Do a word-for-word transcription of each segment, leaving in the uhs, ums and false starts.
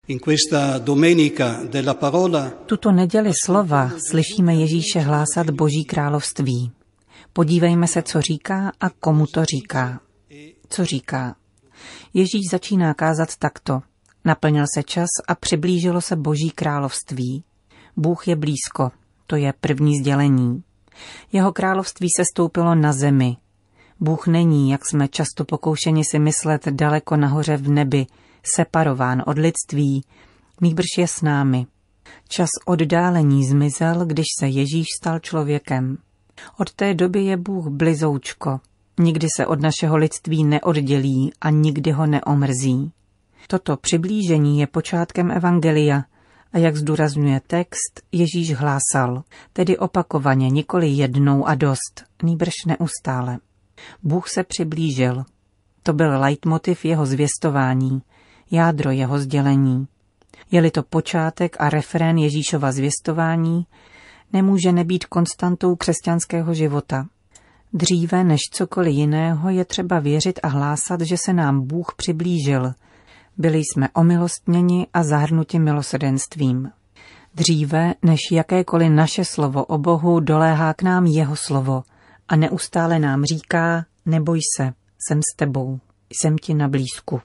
Tuto neděli slova slyšíme Ježíše hlásat Boží království. Podívejme se, co říká a komu to říká. Co říká? Ježíš začíná kázat takto. Naplnil se čas a přiblížilo se Boží království. Bůh je blízko, to je první sdělení. Jeho království se stoupilo na zemi. Bůh není, jak jsme často pokoušeni si myslet, daleko nahoře v nebi, separován od lidství, nýbrž je s námi. Čas oddálení zmizel, když se Ježíš stal člověkem. Od té doby je Bůh blizoučko. Nikdy se od našeho lidství neoddělí a nikdy ho neomrzí. Toto přiblížení je počátkem evangelia a jak zdůrazňuje text, Ježíš hlásal, tedy opakovaně, nikoli jednou a dost, nýbrž neustále. Bůh se přiblížil. To byl leitmotiv jeho zvěstování, jádro jeho sdělení. Je-li to počátek a refrén Ježíšova zvěstování, nemůže nebýt konstantou křesťanského života. Dříve než cokoliv jiného je třeba věřit a hlásat, že se nám Bůh přiblížil. Byli jsme omilostněni a zahrnuti milosrdenstvím. Dříve než jakékoliv naše slovo o Bohu doléhá k nám jeho slovo a neustále nám říká, neboj se, jsem s tebou, jsem ti na blízku.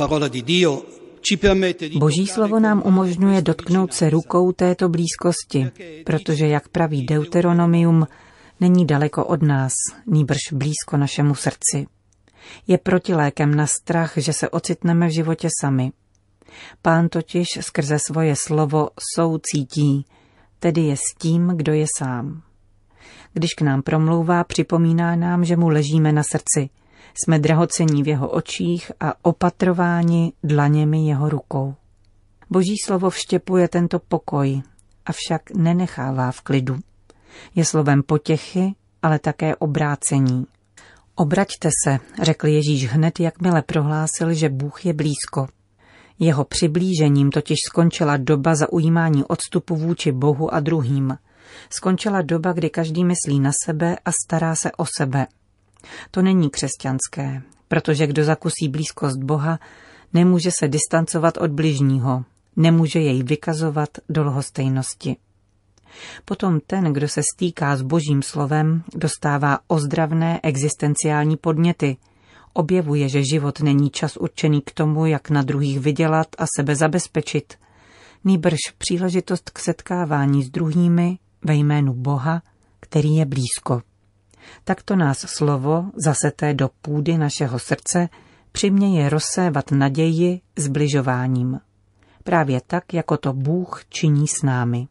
Boží slovo nám umožňuje dotknout se rukou této blízkosti, protože, jak praví Deuteronomium, není daleko od nás, nýbrž blízko našemu srdci. Je protilékem na strach, že se ocitneme v životě sami. Pán totiž skrze svoje slovo soucítí, tedy je s tím, kdo je sám. Když k nám promlouvá, připomíná nám, že mu ležíme na srdci. Jsme drahocení v jeho očích a opatrováni dlaněmi jeho rukou. Boží slovo vštěpuje tento pokoj, avšak nenechává v klidu. Je slovem potěchy, ale také obrácení. Obraťte se, řekl Ježíš hned, jakmile prohlásil, že Bůh je blízko. Jeho přiblížením totiž skončila doba zaujímání odstupu vůči Bohu a druhým. Skončila doba, kdy každý myslí na sebe a stará se o sebe. To není křesťanské, protože kdo zakusí blízkost Boha, nemůže se distancovat od bližního, nemůže jej vykazovat do lhostejnosti. Potom ten, kdo se stýká s Božím slovem, dostává ozdravné existenciální podněty, objevuje, že život není čas určený k tomu, jak na druhých vydělat a sebe zabezpečit, nýbrž příležitost k setkávání s druhými ve jménu Boha, který je blízko. Takto nás slovo, zaseté do půdy našeho srdce, přiměje rozsévat naději sbližováním. Právě tak, jako to Bůh činí s námi.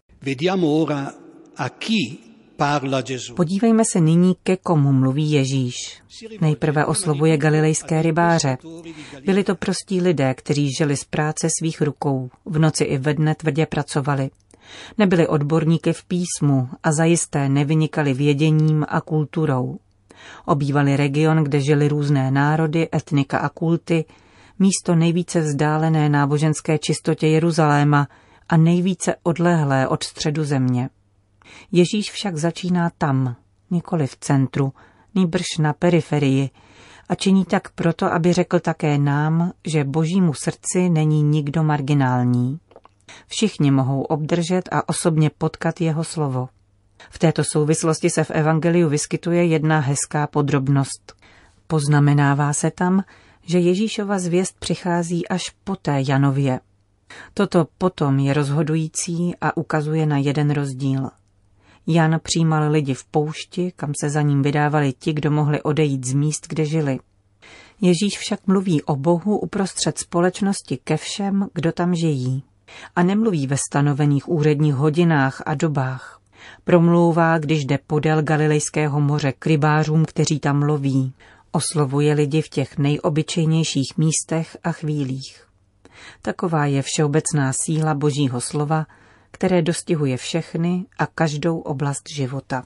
Podívejme se nyní, ke komu mluví Ježíš. Nejprve oslovuje galilejské rybáře. Byli to prostí lidé, kteří žili z práce svých rukou, v noci i ve dne tvrdě pracovali. Nebyli odborníky v písmu a zajisté nevynikali věděním a kulturou. Obývali region, kde žili různé národy, etnika a kulty, místo nejvíce vzdálené náboženské čistotě Jeruzaléma a nejvíce odlehlé od středu země. Ježíš však začíná tam, nikoli v centru, nýbrž na periferii, a činí tak proto, aby řekl také nám, že Božímu srdci není nikdo marginální. Všichni mohou obdržet a osobně potkat jeho slovo. V této souvislosti se v evangeliu vyskytuje jedna hezká podrobnost. Poznamenává se tam, že Ježíšova zvěst přichází až po té Janově. Toto potom je rozhodující a ukazuje na jeden rozdíl. Jan přijímal lidi v poušti, kam se za ním vydávali ti, kdo mohli odejít z míst, kde žili. Ježíš však mluví o Bohu uprostřed společnosti ke všem, kdo tam žijí. A nemluví ve stanovených úředních hodinách a dobách. Promlouvá, když jde podél Galilejského moře k rybářům, kteří tam loví. Oslovuje lidi v těch nejobyčejnějších místech a chvílích. Taková je všeobecná síla Božího slova, které dostihuje všechny a každou oblast života.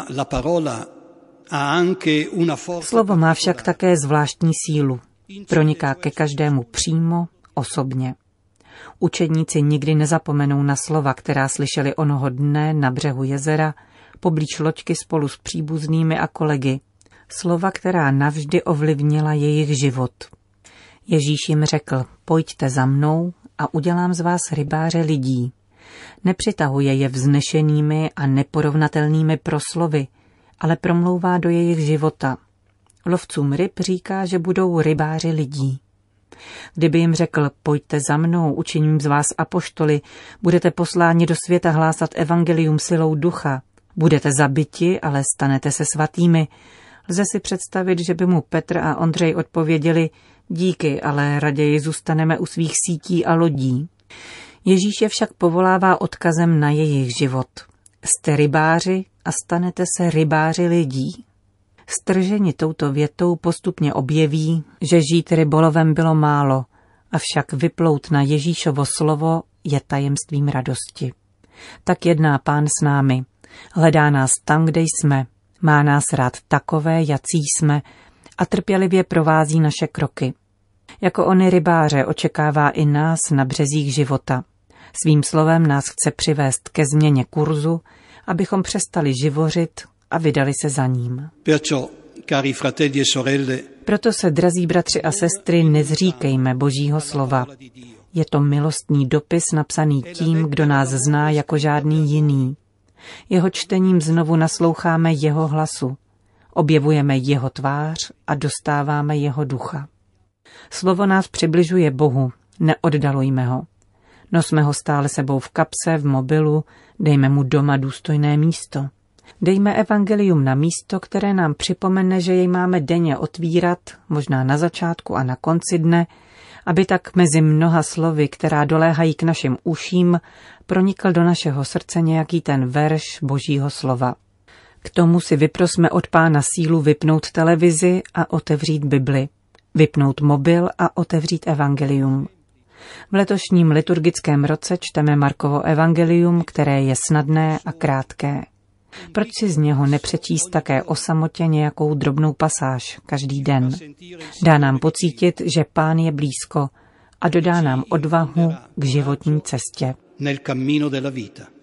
Slovo má však také zvláštní sílu. Proniká ke každému přímo, osobně. Učedníci nikdy nezapomenou na slova, která slyšeli onoho dne na břehu jezera, poblíž loďky spolu s příbuznými a kolegy. Slova, která navždy ovlivnila jejich život. Ježíš jim řekl, pojďte za mnou a udělám z vás rybáře lidí. Nepřitahuje je vznešenými a neporovnatelnými proslovy, ale promlouvá do jejich života. Lovcům ryb říká, že budou rybáři lidí. Kdyby jim řekl, pojďte za mnou, učiním z vás apoštoly, budete posláni do světa hlásat evangelium silou ducha, budete zabiti, ale stanete se svatými, lze si představit, že by mu Petr a Ondřej odpověděli, díky, ale raději zůstaneme u svých sítí a lodí. Ježíš je však povolává odkazem na jejich život. Jste rybáři a stanete se rybáři lidí. Strženi touto větou postupně objeví, že žít rybolovem bylo málo, avšak vyplout na Ježíšovo slovo je tajemstvím radosti. Tak jedná Pán s námi. Hledá nás tam, kde jsme. Má nás rád takové, jací jsme, a trpělivě provází naše kroky. Jako ony rybáře očekává i nás na březích života. Svým slovem nás chce přivést ke změně kurzu, abychom přestali živořit a vydali se za ním. Proto se, drazí bratři a sestry, nezříkejme Božího slova. Je to milostný dopis napsaný tím, kdo nás zná jako žádný jiný. Jeho čtením znovu nasloucháme jeho hlasu. Objevujeme jeho tvář a dostáváme jeho ducha. Slovo nás přibližuje Bohu, neoddalujme ho. Nosme ho stále sebou v kapse, v mobilu, dejme mu doma důstojné místo. Dejme evangelium na místo, které nám připomene, že jej máme denně otvírat, možná na začátku a na konci dne, aby tak mezi mnoha slovy, která doléhají k našim uším, pronikl do našeho srdce nějaký ten verš Božího slova. K tomu si vyprosme od Pána sílu vypnout televizi a otevřít Bibli, vypnout mobil a otevřít evangelium. V letošním liturgickém roce čteme Markovo evangelium, které je snadné a krátké. Proč si z něho nepřečíst také o samotě nějakou drobnou pasáž každý den? Dá nám pocítit, že Pán je blízko a dodá nám odvahu k životní cestě.